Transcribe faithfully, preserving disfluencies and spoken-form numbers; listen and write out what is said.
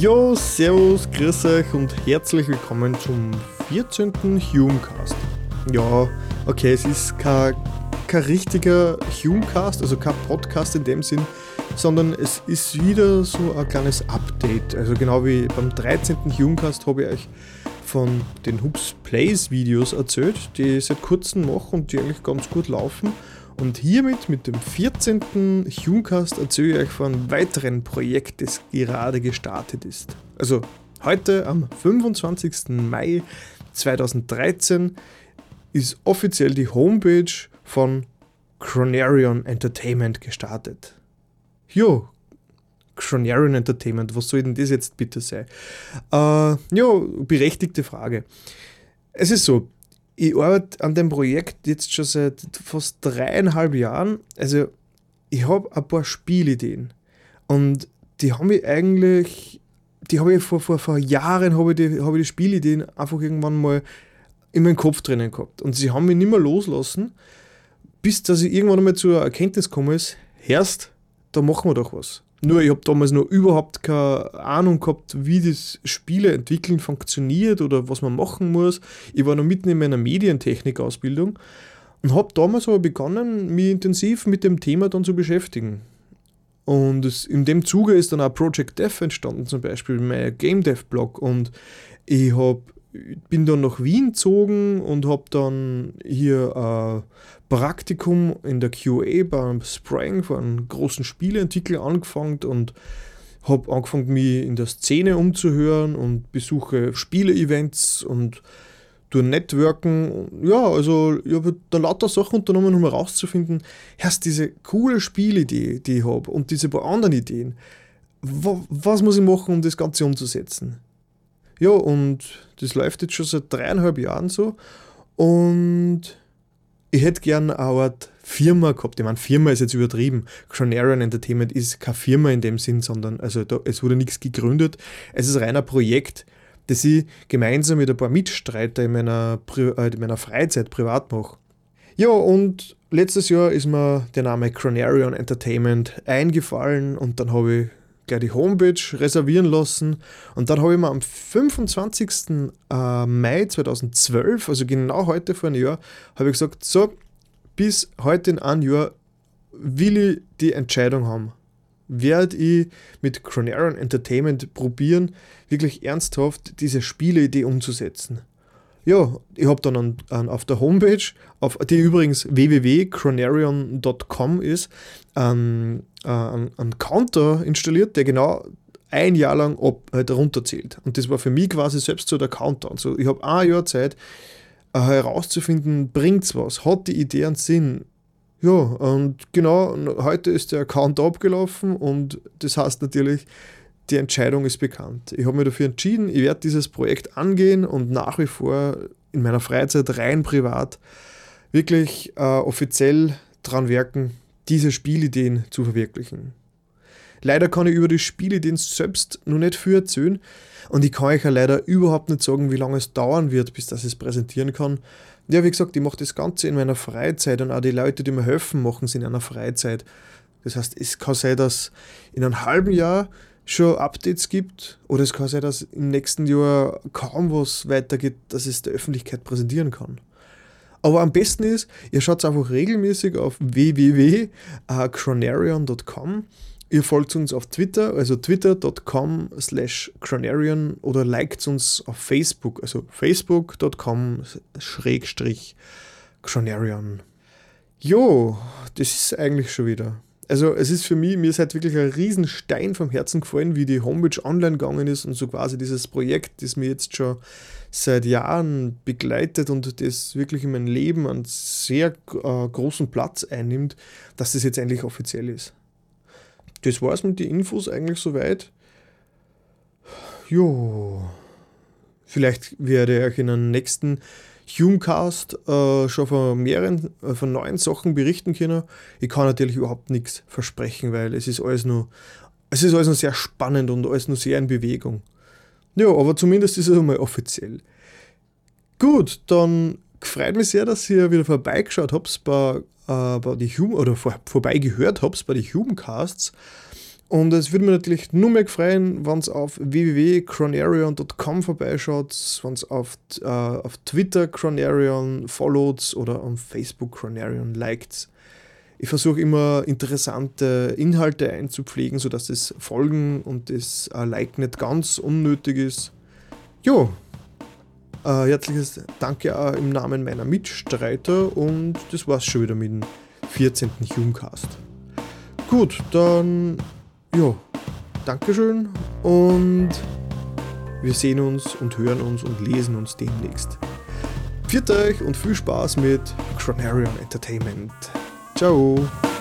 Jo, servus, grüß euch und herzlich willkommen zum vierzehnten Humecast. Ja, okay, es ist kein, kein richtiger Humecast, also kein Podcast in dem Sinn, sondern es ist wieder so ein kleines Update. Also genau wie beim dreizehnten Humecast habe ich euch von den Hoops Plays Videos erzählt, die ich seit kurzem mache und die eigentlich ganz gut laufen. Und hiermit, mit dem vierzehnten Humecast, erzähle ich euch von einem weiteren Projekt, das gerade gestartet ist. Also heute am fünfundzwanzigsten Mai zweitausenddreizehn ist offiziell die Homepage von Chronarion Entertainment gestartet. Jo, Chronarion Entertainment, was soll denn das jetzt bitte sein? Äh, ja, berechtigte Frage. Es ist so, ich arbeite an dem Projekt jetzt schon seit fast dreieinhalb Jahren. Also ich habe ein paar Spielideen und die habe ich eigentlich, die habe ich vor, vor, vor Jahren, habe ich, die, habe ich die Spielideen einfach irgendwann mal in meinem Kopf drinnen gehabt. Und sie haben mich nicht mehr loslassen, bis dass ich irgendwann einmal zur Erkenntnis gekommen ist, Herst, da machen wir doch was. Nur ich habe damals noch überhaupt keine Ahnung gehabt, wie das Spiele entwickeln funktioniert oder was man machen muss. Ich war noch mitten in meiner Medientechnik-Ausbildung und habe damals aber begonnen, mich intensiv mit dem Thema dann zu beschäftigen. Und es, in dem Zuge ist dann auch Project Dev entstanden, zum Beispiel mein Game Dev Blog. Und ich hab, bin dann nach Wien gezogen und habe dann hier ein Praktikum in der Q A beim Sprang von einem großen Spieleentwickler angefangen und habe angefangen, mich in der Szene umzuhören und besuche Spiele-Events und durch Networken. Ja, also ich habe da lauter Sachen unternommen, um herauszufinden, erst diese coole Spielidee, die ich habe und diese paar anderen Ideen. Was muss ich machen, um das Ganze umzusetzen? Ja, und das läuft jetzt schon seit dreieinhalb Jahren so und ich hätte gerne eine Art Firma gehabt. Ich meine, Firma ist jetzt übertrieben. Chronarion Entertainment ist keine Firma in dem Sinn, sondern also da, es wurde nichts gegründet. Es ist rein ein Projekt, das ich gemeinsam mit ein paar Mitstreiter in meiner, äh, in meiner Freizeit privat mache. Ja, und letztes Jahr ist mir der Name Chronarion Entertainment eingefallen und dann habe ich gleich die Homepage reservieren lassen und dann habe ich mir am fünfundzwanzigsten Mai zweitausendzwölf, also genau heute vor einem Jahr, habe ich gesagt, so, bis heute in einem Jahr will ich die Entscheidung haben. Werde ich mit Chronarion Entertainment probieren, wirklich ernsthaft diese Spieleidee umzusetzen. Ja, ich habe dann an, an, auf der Homepage, auf, die übrigens w w w punkt chronarion punkt com ist, einen, einen, einen Counter installiert, der genau ein Jahr lang ab, halt runterzählt. Und das war für mich quasi selbst so der Countdown. Also ich habe ein Jahr Zeit äh, herauszufinden, bringt es was, hat die Idee einen Sinn. Ja, und genau, heute ist der Account abgelaufen und das heißt natürlich, die Entscheidung ist bekannt. Ich habe mich dafür entschieden, ich werde dieses Projekt angehen und nach wie vor in meiner Freizeit rein privat wirklich äh, offiziell dran werken, diese Spielideen zu verwirklichen. Leider kann ich über die Spielideen selbst noch nicht viel erzählen und ich kann euch ja leider überhaupt nicht sagen, wie lange es dauern wird, bis das ich es präsentieren kann. Ja, wie gesagt, ich mache das Ganze in meiner Freizeit und auch die Leute, die mir helfen, machen es in einer Freizeit. Das heißt, es kann sein, dass in einem halben Jahr schon Updates gibt oder es kann sein, dass im nächsten Jahr kaum was weitergeht, dass es der Öffentlichkeit präsentieren kann. Aber am besten ist, ihr schaut einfach regelmäßig auf w w w punkt chronarion punkt com. Ihr folgt uns auf Twitter, also twitter punkt com slash chronarion oder liked uns auf Facebook, also facebook punkt com schrägstrich chronarion. Jo, das ist eigentlich schon wieder. Also es ist für mich, mir ist halt wirklich ein Riesenstein vom Herzen gefallen, wie die Homepage online gegangen ist und so quasi dieses Projekt, das mir jetzt schon seit Jahren begleitet und das wirklich in meinem Leben einen sehr äh, großen Platz einnimmt, dass das jetzt endlich offiziell ist. Das war's mit den Infos eigentlich soweit. Jo, vielleicht werde ich euch in einem nächsten Humecast äh, schon von mehreren, äh, von neuen Sachen berichten können. Ich kann natürlich überhaupt nichts versprechen, weil es ist alles nur, es ist alles noch sehr spannend und alles noch sehr in Bewegung. Ja, aber zumindest ist es einmal offiziell. Gut, dann freut mich sehr, dass ihr wieder vorbeigeschaut habt bei, äh, bei die Hum oder vor, vorbeigehört habt bei den Humecasts. Und es würde mir natürlich nur mehr gefreuen, wenn es auf w w w punkt cronarion punkt com vorbeischaut, wenn es auf, äh, auf Twitter Cronarion followt oder auf Facebook Cronarion liked. Ich versuche immer interessante Inhalte einzupflegen, sodass das Folgen und das äh, Like nicht ganz unnötig ist. Jo, äh, herzliches Danke auch im Namen meiner Mitstreiter und das war's schon wieder mit dem vierzehnten Humecast. Gut, dann ja, Dankeschön und wir sehen uns und hören uns und lesen uns demnächst. Pfiat euch und viel Spaß mit Cronarion Entertainment. Ciao!